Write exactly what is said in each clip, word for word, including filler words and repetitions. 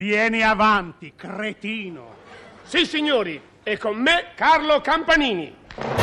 Vieni avanti, cretino. Sì, signori, e con me Carlo Campanini.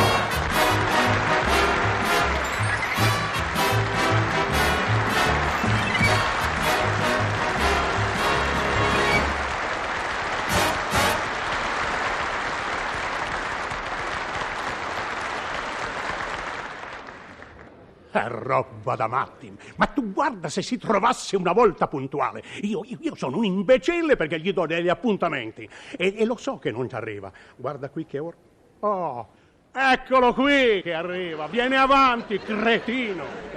È roba da matti. Ma tu guarda se si trovasse una volta puntuale. Io, io, io sono un imbecille perché gli do degli appuntamenti. E, e lo so che non ci arriva. Guarda qui che ora... Oh, eccolo qui che arriva. Vieni avanti, cretino.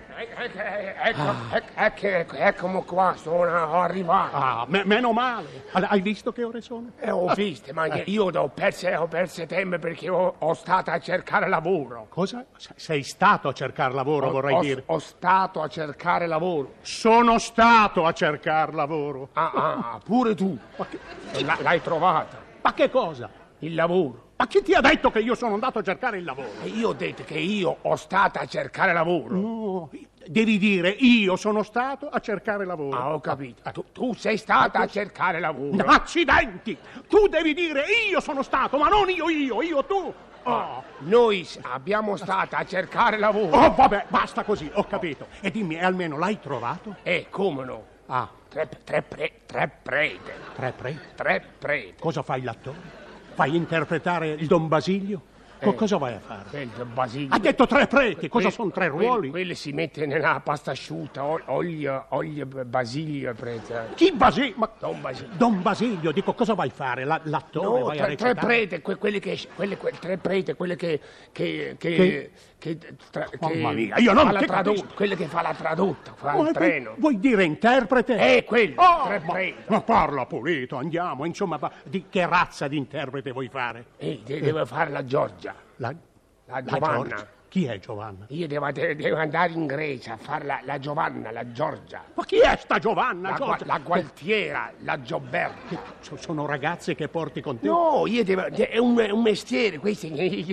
Ecco, ecco, ecco, eccomi qua, sono arrivato. Ah, me- meno male. Hai visto che ore sono? Eh, ho visto, ma eh. io ho perso, ho perso tempo perché ho, ho stato a cercare lavoro. Cosa? Sei stato a cercare lavoro, ho, vorrei ho, dire? Ho stato a cercare lavoro. Sono stato a cercare lavoro. Ah, ah, pure tu. Ma che... L- l'hai trovata. Ma che cosa? Il lavoro. Ma chi ti ha detto che io sono andato a cercare il lavoro? E io ho detto che io ho stato a cercare lavoro. No, devi dire io sono stato a cercare lavoro. Ah, ho capito. Tu, tu sei stata a cercare lavoro. No, accidenti! Tu devi dire io sono stato, ma non io io, io tu. Oh. Ah, noi abbiamo stato a cercare lavoro. Oh, vabbè, basta così, ho capito. E dimmi, almeno l'hai trovato? Eh, come no? Ah. Tre, tre, pre, tre prete. Tre prete? Tre prete. Cosa fai l'attore? Fai interpretare il Don Basilio? Eh, cosa vai a fare? Quel Basilio. Ha detto tre preti, cosa sono tre quelli, ruoli? Quelli si mette nella pasta asciutta, olio, olio Basilio prete. Chi Basilio? Ma... Don Basilio. Don Basilio, dico, cosa vai a fare? La, l'attore no, vai tre, a recitare? tre prete, que, quelli che, quelle, que, tre prete, quelle che... che, che, che? che tra, Mamma che mia, io non fa la ti tradu- capisco. quelle che fa la tradotta, fa Oh, il treno. Vuoi dire interprete? Eh, quello, oh, tre ma, prete. ma parla pulito, andiamo, insomma, ma di che razza di interprete vuoi fare? Eh, de- deve fare la Giorgia. La, La la Giovanna. Giorgia. Chi è Giovanna? Io devo, de- devo andare in Grecia a fare la, la Giovanna, la Giorgia. Ma chi è sta Giovanna? La, Giorgia? la Gualtiera, la Gioberta. Che so- sono ragazze che porti con te? No, io devo, de- è, un, è un mestiere, questo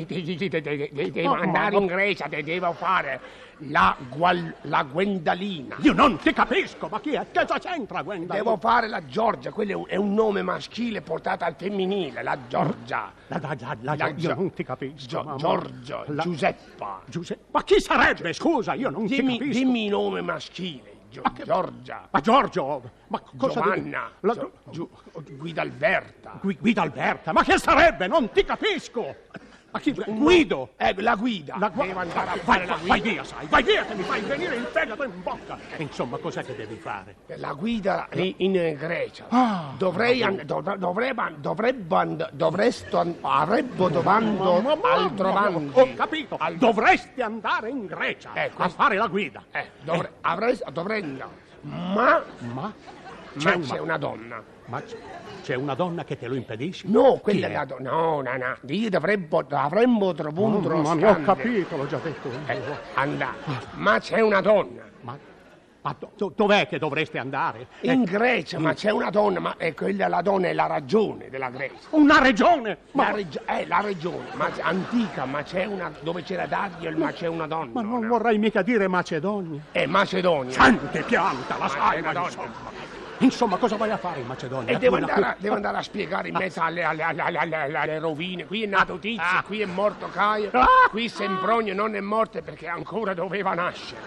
devo No, andare ma- in Grecia, de- devo fare la, gual, la Gwendalina. Io non ti capisco, ma chi è? Cosa c'entra, Gwenda? Devo fare la Giorgia, quello è un, è un nome maschile portato al femminile, la Giorgia. La, la, la, la, La io Gio- non ti capisco. Gio- mamma. Giorgio, La- Giuseppa. Giuseppe. Ma chi sarebbe, scusa? Io non Dimmi, ti capisco. dimmi il nome maschile. Gio- Ma che- Giorgia. Ma Giorgio, ma cosa Giovanna. devi- la- Gio- Giu- Guidalberta. Gui- Guidalberta, ma che sarebbe? Non ti capisco. Ma chi? Guido. Eh, la guida. La gua- Devo andare a vai, fare la vai, vai guida. via, sai, vai via che mi fai venire il fegato in bocca. E insomma, cos'è che devi fare? La guida in, in Grecia. Ah, Dovrei and- dov- dovrebbe dovrebbe and- dovresti and- avrebbe dovando Ma- ma- al trovandi. Ho capito, Al- Dovresti andare in Grecia Eh, a questo- fare la guida. Eh, dovre- avrei dovrei andare. Ma, Ma ma un c'è ma. una donna. Ma c- c'è una donna che te lo impedisce? No, Chi quella è? è la donna. No, no, no. Io dovremmo, avremmo trovato un Oh, ma ne ho capito, l'ho già detto. Eh, andare. Ma c'è una donna. Ma, ma do- do- dov'è che dovreste andare? In Eh, Grecia, ma c'è una donna, ma è quella la donna è la ragione della Grecia. una regione! La, Ma, reg- eh, la regione, ma c'è- antica, ma c'è una dove c'era Dario, ma c'è una donna. ma non no? vorrei mica dire Macedonia. È Macedonia. Sante pianta, la Ma sai, c'è ma una insomma. Insomma, cosa vai a fare in Macedonia? E devo Quella andare, a, qui- devo andare a spiegare in mezzo alle, alle, alle, alle, alle- alle rovine. Qui è nato Tizio, qui è morto Caio, qui Sempronio non è morto perché ancora doveva nascere.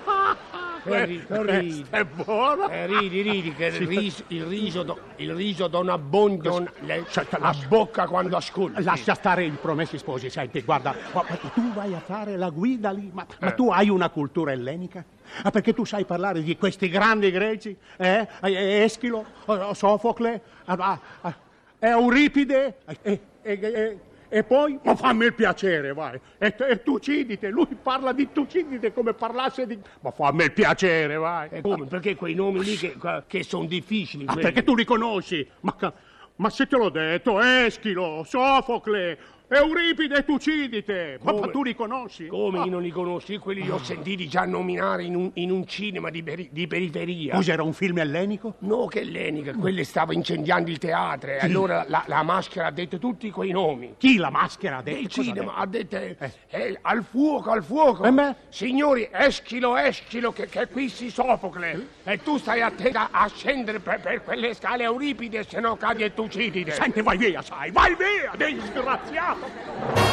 Ridi, ridi. Questa è buona. Eh, ridi, ridi, che il riso, il riso, do- il riso dona abbondio le, Certo, la lascia- bocca quando ascolti. Lascia stare i promessi sposi, senti, guarda, guarda, tu vai a fare la guida lì, ma, ma Eh. tu hai una cultura ellenica? Ah, perché tu sai parlare di questi grandi greci? Eh? Eh, Eschilo, eh, Sofocle, ah, ah, Euripide, e, e, e, e poi, ma fammi il piacere, vai, e, e Tucidide, lui parla di Tucidide come parlasse di... Ma fammi il piacere, vai. E come? Perché quei nomi lì che, che sono difficili. Ah, quelli. perché tu li conosci? Ma, ca- ma se te l'ho detto, Eschilo, Sofocle, Euripide e Tucidide. Ma, ma Come? tu li conosci? Come Ah. io non li conosci? Quelli li ho sentiti già nominare in un, in un cinema di, peri- di periferia. Cos'era un film ellenico? No, che ellenica, quelle stava incendiando il teatro e allora la, la maschera ha detto tutti quei nomi. Chi la maschera ha detto? Il Cosa ha cinema detto? ha detto eh, eh, al fuoco, al fuoco. E me? Signori, eschilo, eschilo, che, che qui si Sofocle. E tu stai attento a, a scendere per, per quelle scale Euripide, se no cadi e tu uccidi. Senti, vai via, sai, vai via, disgraziato!